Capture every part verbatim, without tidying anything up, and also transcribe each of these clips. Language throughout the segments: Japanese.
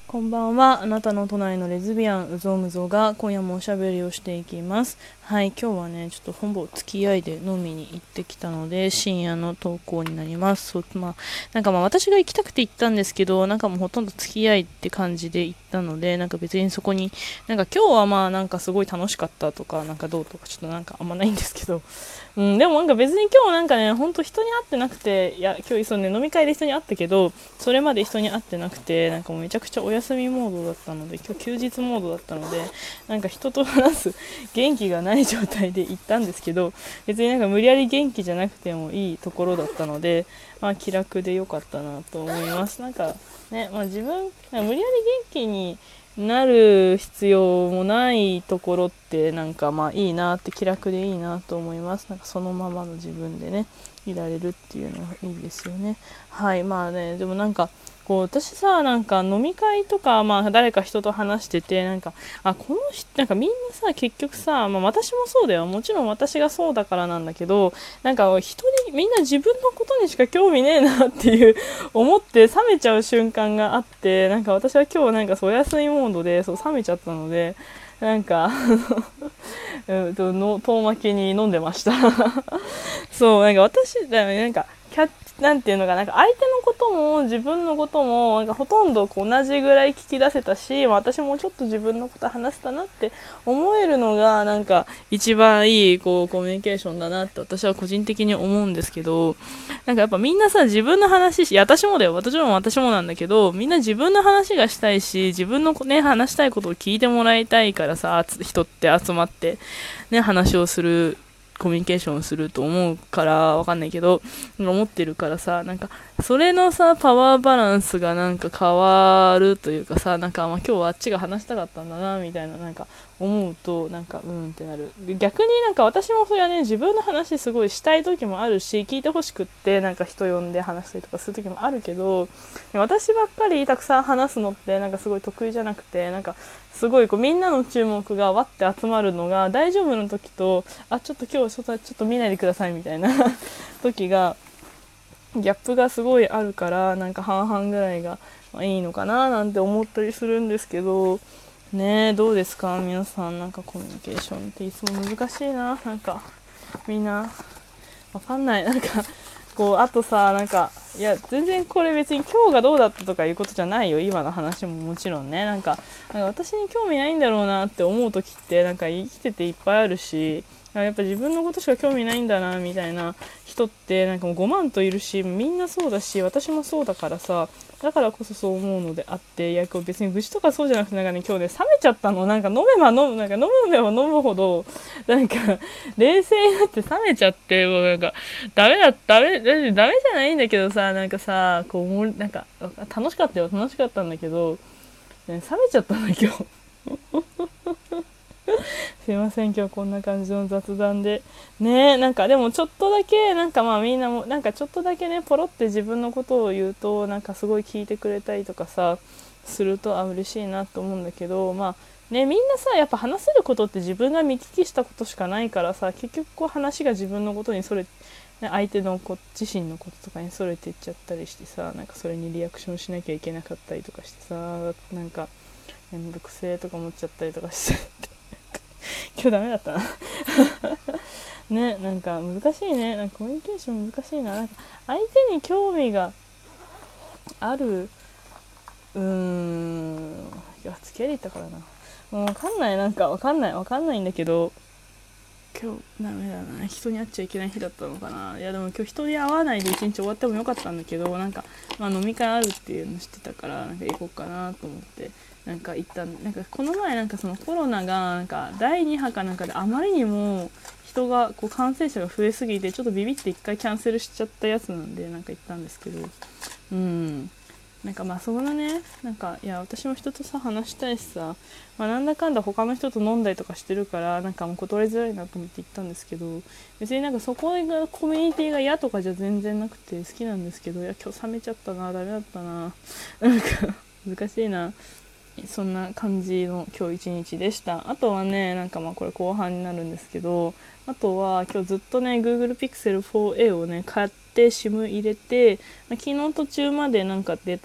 こんばんは。あなたの隣のレズビアン、うぞうむぞうが今夜もおしゃべりをしていきます。はい、今日はね、ちょっとほぼ付き合いで飲みに行ってきたので、深夜の投稿になります。そう、まあ、なんかまあ私が行きたくて行ったんですけど、なんかもうほとんど付き合いって感じで行ったので、なんか別にそこに、なんか今日はまあなんかすごい楽しかったとか、なんかどうとかちょっとなんかあんまないんですけど、うん、でもなんか別に今日なんかね、ほんと人に会ってなくて、いや、今日そうね、飲み会で人に会ったけど、それまで人に会ってなくて、なんかもうめちゃくちゃお休みモードだったので、今日休日モードだったので、なんか人と話す元気がない状態で行ったんですけど、別になんか無理やり元気じゃなくてもいいところだったので、まあ気楽で良かったなと思います。なんかね、まあ自分、無理やり元気になる必要もないところってなんかまあいいなって気楽でいいなと思います。なんかそのままの自分でねいられるっていうのがいいですよね。はい、まあね、でもなんかこう私さ、なんか飲み会とか、まあ誰か人と話してて、なんか、あ、この人、なんかみんなさ、結局さ、まあ私もそうだよ。もちろん私がそうだからなんだけど、なんか人に、みんな自分のことにしか興味ねえなっていう思って冷めちゃう瞬間があって、なんか私は今日なんかそうお休みモードでそう冷めちゃったので、なんかうんとの遠巻きに飲んでましたそう、なんか私だよね、なんかキャッなんていうのかなんか相手のことも自分のこともなんかほとんど同じぐらい聞き出せたし、まあ、私もちょっと自分のこと話せたなって思えるのがなんか一番いいこうコミュニケーションだなって私は個人的に思うんですけど、なんかやっぱみんなさ、自分の話し、いや私もだよ、私も私もなんだけど、みんな自分の話がしたいし、自分のね、話したいことを聞いてもらいたいからさ、人って集まって、ね、話をする、コミュニケーションすると思うからわかんないけど、思ってるからさ、なんかそれのさパワーバランスがなんか変わるというかさ、なんかまあ今日はあっちが話したかったんだなみたいな、なんか思うとなんかうんってなる。逆になんか私もそれはね、自分の話すごいしたい時もあるし、聞いてほしくってなんか人呼んで話したりとかする時もあるけど、私ばっかりたくさん話すのってなんかすごい得意じゃなくて、なんかすごいこうみんなの注目がわって集まるのが大丈夫の時と、あ、ちょっと今日ちょっとちょっと見ないでくださいみたいな時がギャップがすごいあるから、なんか半々ぐらいがいいのかななんて思ったりするんですけどね。えどうですか皆さん。なんかコミュニケーションっていつも難しいな。なんかみんなわかんない。なんかこうあとさ、なんかいや全然これ別に今日がどうだったとかいうことじゃないよ、今の話ももちろんね。なんかなんか私に興味ないんだろうなって思う時ってなんか生きてていっぱいあるし、やっぱ自分のことしか興味ないんだなみたいな人ってなんかもうごまんといるし、みんなそうだし私もそうだからさ、だからこそそう思うのであって、いやこう別に愚痴とかそうじゃなくて、なんかね今日ね冷めちゃったの。なんか飲めば飲むなんか飲めば飲むほどなんか冷静になって冷めちゃって、もうなんかダメだダメダメじゃないんだけどさ、なんかさこうなんか楽しかったよ楽しかったんだけど、ね、冷めちゃったんだ今日すいません、今日こんな感じの雑談でね。なんかでもちょっとだけなんかまあみんなもなんかちょっとだけねポロって自分のことを言うとなんかすごい聞いてくれたりとかさするとあ嬉しいなと思うんだけど、まあね、みんなさやっぱ話せることって自分が見聞きしたことしかないからさ、結局こう話が自分のことにそれね、相手のこ自身のこととかにそれていっちゃったりしてさ、なんかそれにリアクションしなきゃいけなかったりとかしてさ、なんかめんどくせえとか思っちゃったりとかして今日ダメだったなね。なんか難しいね。なんかコミュニケーション難しいな。なんか相手に興味がある、うーん、いや付き合いでいったからな。もう分かんない。なんか分かんない分かんないんだけど、今日ダメだな。人に会っちゃいけない日だったのかな。いやでも今日人に会わないで一日終わってもよかったんだけど、なんか、まあ、飲み会あるっていうの知ってたから、なんか行こうかなと思ってなんか行ったん。なんかこの前なんかそのコロナがなんかだいに波かなんかであまりにも人がこう感染者が増えすぎてちょっとビビって一回キャンセルしちゃったやつなんで、なんか行ったんですけど、うん、なんかまあそのね、なんかいや私も人とさ話したいしさ、まあ、なんだかんだ他の人と飲んだりとかしてるから、なんかもう断りづらいなと思って行ったんですけど、別になんかそこがコミュニティが嫌とかじゃ全然なくて好きなんですけど、いや今日冷めちゃったな、ダメだったな、なんか難しいな。そんな感じの今日一日でした。あとはね、なんかまあこれ後半になるんですけど、あとは今日ずっとね Google Pixel フォーエー をね買って SIM 入れて、まあ昨日途中までなんかデータ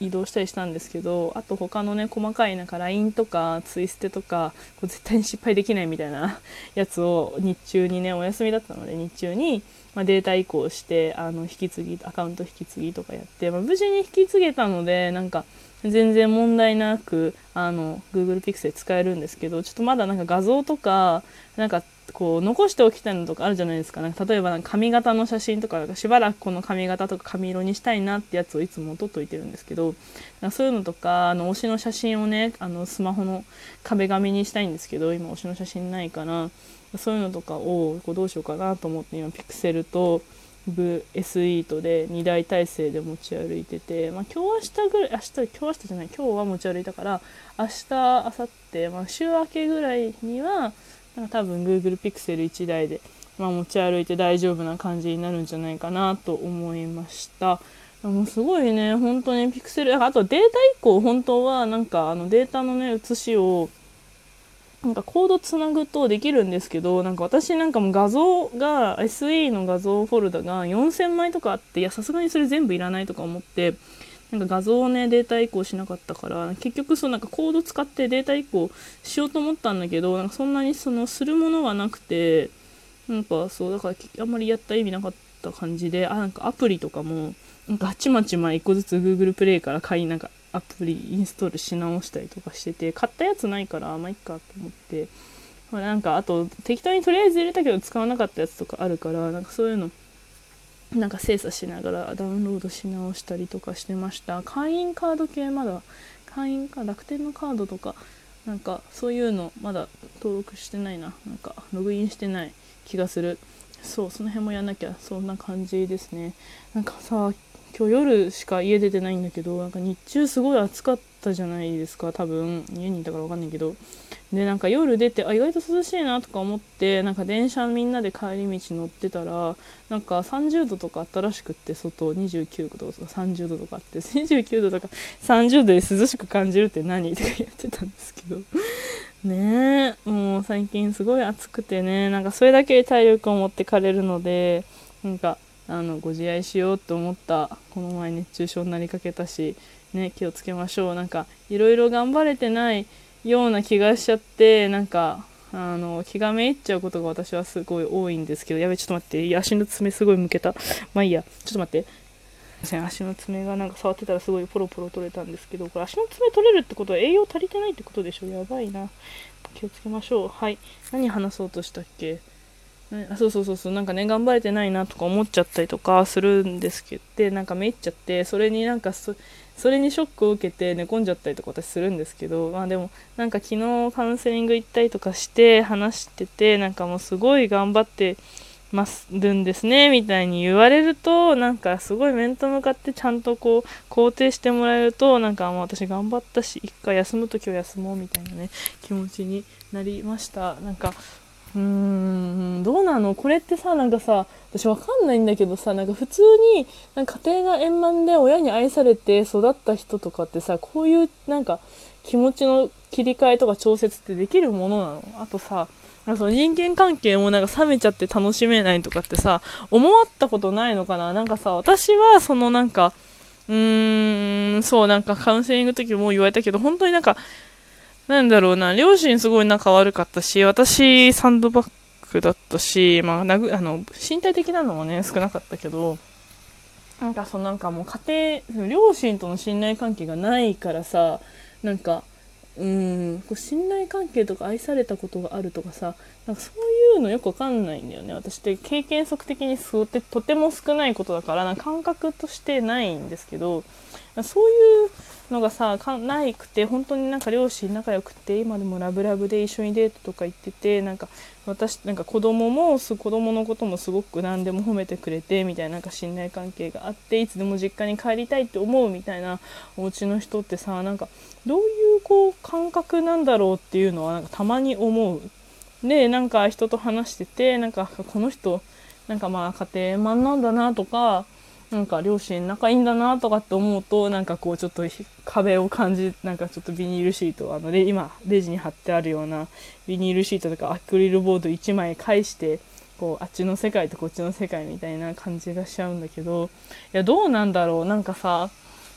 移動したりしたんですけど、あと他のね細かいなんか ライン とかツイステとかこう絶対に失敗できないみたいなやつを日中にね、お休みだったので日中に、まあ、データ移行してあの引き継ぎアカウント引き継ぎとかやって、まあ、無事に引き継げたのでなんか全然問題なくあの Google Pixel 使えるんですけど、ちょっとまだなんか画像とかなんかこう残しておきたいのとかあるじゃないですか。なんか例えばなんか髪型の写真とか、しばらくこの髪型とか髪色にしたいなってやつをいつも撮っといてるんですけど、なんかそういうのとかあの推しの写真をねあのスマホの壁紙にしたいんですけど、今推しの写真ないからそういうのとかをこうどうしようかなと思って今ピクセルとブイエスイートでにだい体制で持ち歩いてて、まあ、今日明日ぐらい明日今日明日じゃない今日は持ち歩いたから明日明後日、まあ、週明けぐらいにはなんか多分 Google Pixel いちだいで、まあ、持ち歩いて大丈夫な感じになるんじゃないかなと思いました。もうすごいね本当にピクセル、あとデータ移行本当はなんかあのデータのね写しをなんかコードつなぐとできるんですけど、なんか私なんかもう画像が エスイー の画像フォルダがよんせんまいとかあって、いやさすがにそれ全部いらないとか思ってなんか画像をねデータ移行しなかったから、結局そうなんかコード使ってデータ移行しようと思ったんだけど、なんかそんなにそのするものはなくて、なんかそうだからあんまりやった意味なかった感じで、あなんかアプリとかもなんかちまちまいっこずつ Google プレイから買いなんかアプリインストールし直したりとかしてて、買ったやつないからまあいっかと思って、まあ、なんかあと適当にとりあえず入れたけど使わなかったやつとかあるから、なんかそういうのなんか精査しながらダウンロードし直したりとかしてました。会員カード系まだ会員か楽天のカードとかなんかそういうのまだ登録してないな、なんかログインしてない気がする。そうその辺もやんなきゃ。そんな感じですね。なんかさ今日夜しか家出てないんだけど、なんか日中すごい暑かったじゃないですか。多分家にいたから分かんないけど、でなんか夜出てあ意外と涼しいなとか思ってなんか電車みんなで帰り道乗ってたらなんかさんじゅうどとかあったらしくって、外にじゅうきゅうどとかさんじゅうどとかあって、にじゅうきゅうどとかさんじゅうどで涼しく感じるって何とか言ってたんですけどねえ、もう最近すごい暑くてね、なんかそれだけ体力を持ってかれるのでなんかあのご自愛しようと思った。この前熱中症になりかけたしね、気をつけましょう。なんかいろいろ頑張れてないような気がしちゃって、なんかあの気がめいっちゃうことが私はすごい多いんですけど、やべちょっと待って、足の爪すごい向けた。まあいいや、ちょっと待って、足の爪がなんか触ってたらすごいポロポロ取れたんですけど、これ足の爪取れるってことは栄養足りてないってことでしょ。やばいな、気をつけましょう。はい、何話そうとしたっけ。あそうそうそうそう、なんかね頑張れてないなとか思っちゃったりとかするんですけど、でなんかめいっちゃって、それになんかそそれにショックを受けて寝込んじゃったりとか私するんですけど、まあでもなんか昨日カウンセリング行ったりとかして話してて、なんかもうすごい頑張ってまするんですねみたいに言われると、なんかすごい面と向かってちゃんとこう肯定してもらえると、なんかもう私頑張ったし一回休むときは休もうみたいなね気持ちになりました。なんかうーんどうなのこれってさ、なんかさ私わかんないんだけどさ、なんか普通になんか家庭が円満で親に愛されて育った人とかってさ、こういうなんか気持ちの切り替えとか調節ってできるものなの？あとさ、なんかその人間関係もなんか冷めちゃって楽しめないとかってさ思ったことないのかな。なんかさ私はそのなんかうーんそうなんかカウンセリングの時も言われたけど、本当になんかなんだろうな、両親すごい仲悪かったし、私サンドバッグだったし、まあ、なぐあの身体的なのもね少なかったけど、なんかそうなんかもう家庭両親との信頼関係がないからさ、なんかうーんこう信頼関係とか愛されたことがあるとかさ、なんかそういうのよくわかんないんだよね。私って経験則的にそうってとても少ないことだから、なんか感覚としてないんですけど、そういうのがさかないくて、本当になんか両親仲良くて今でもラブラブで一緒にデートとか行ってて、なんか私なんか子供も子供のこともすごく何でも褒めてくれてみたいな、なんか信頼関係があって、いつでも実家に帰りたいって思うみたいなお家の人ってさ、なんかどういうこう感覚なんだろうっていうのはなんかたまに思う。でなんか人と話してて、なんかこの人なんかまあ家庭円満なんだなとか、なんか両親仲いいんだなとかって思うと、なんかこうちょっと壁を感じ、なんかちょっとビニールシート、あので今レジに貼ってあるようなビニールシートとかアクリルボードいちまい返して、こうあっちの世界とこっちの世界みたいな感じがしちゃうんだけど、いやどうなんだろう。なんかさ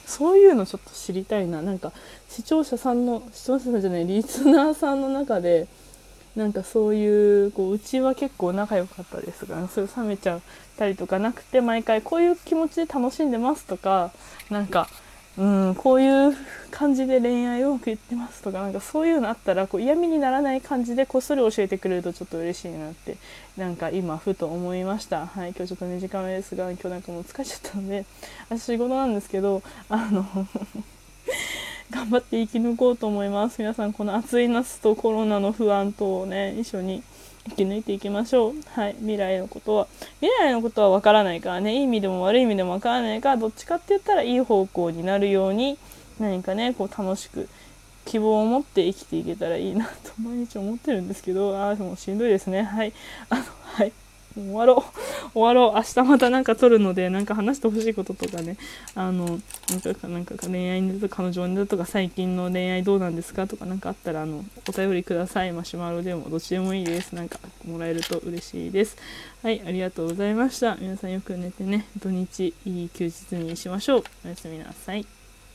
そういうのちょっと知りたいな。なんか視聴者さんの視聴者さんじゃないリスナーさんの中でなんかそういう、こううちは結構仲良かったですが、それ冷めちゃったりとかなくて、毎回こういう気持ちで楽しんでますとか、なんかうんこういう感じで恋愛をうまくいってますとか、なんかそういうのあったらこう嫌味にならない感じでこっそり教えてくれるとちょっと嬉しいなってなんか今ふと思いました。はい、今日ちょっと短めですが、今日なんかもう疲れちゃったので、私仕事なんですけど、あの頑張って生き抜こうと思います。皆さんこの暑い夏とコロナの不安とをね一緒に生き抜いていきましょう。はい、未来のことは未来のことはわからないからね、いい意味でも悪い意味でもわからないから、どっちかって言ったらいい方向になるように何かねこう楽しく希望を持って生きていけたらいいなと毎日思ってるんですけど、ああもうしんどいですね。はい、あのはいもう終わろう終わろう。明日またなんか撮るので、なんか話してほしいこととかね、あのなんかなんか恋愛にとか彼女にとか最近の恋愛どうなんですかとかなんかあったらあのお便りください。マシュマロでもどっちでもいいです。なんかもらえると嬉しいです。はい、ありがとうございました。皆さんよく寝てね、土日いい休日にしましょう。おやすみなさい。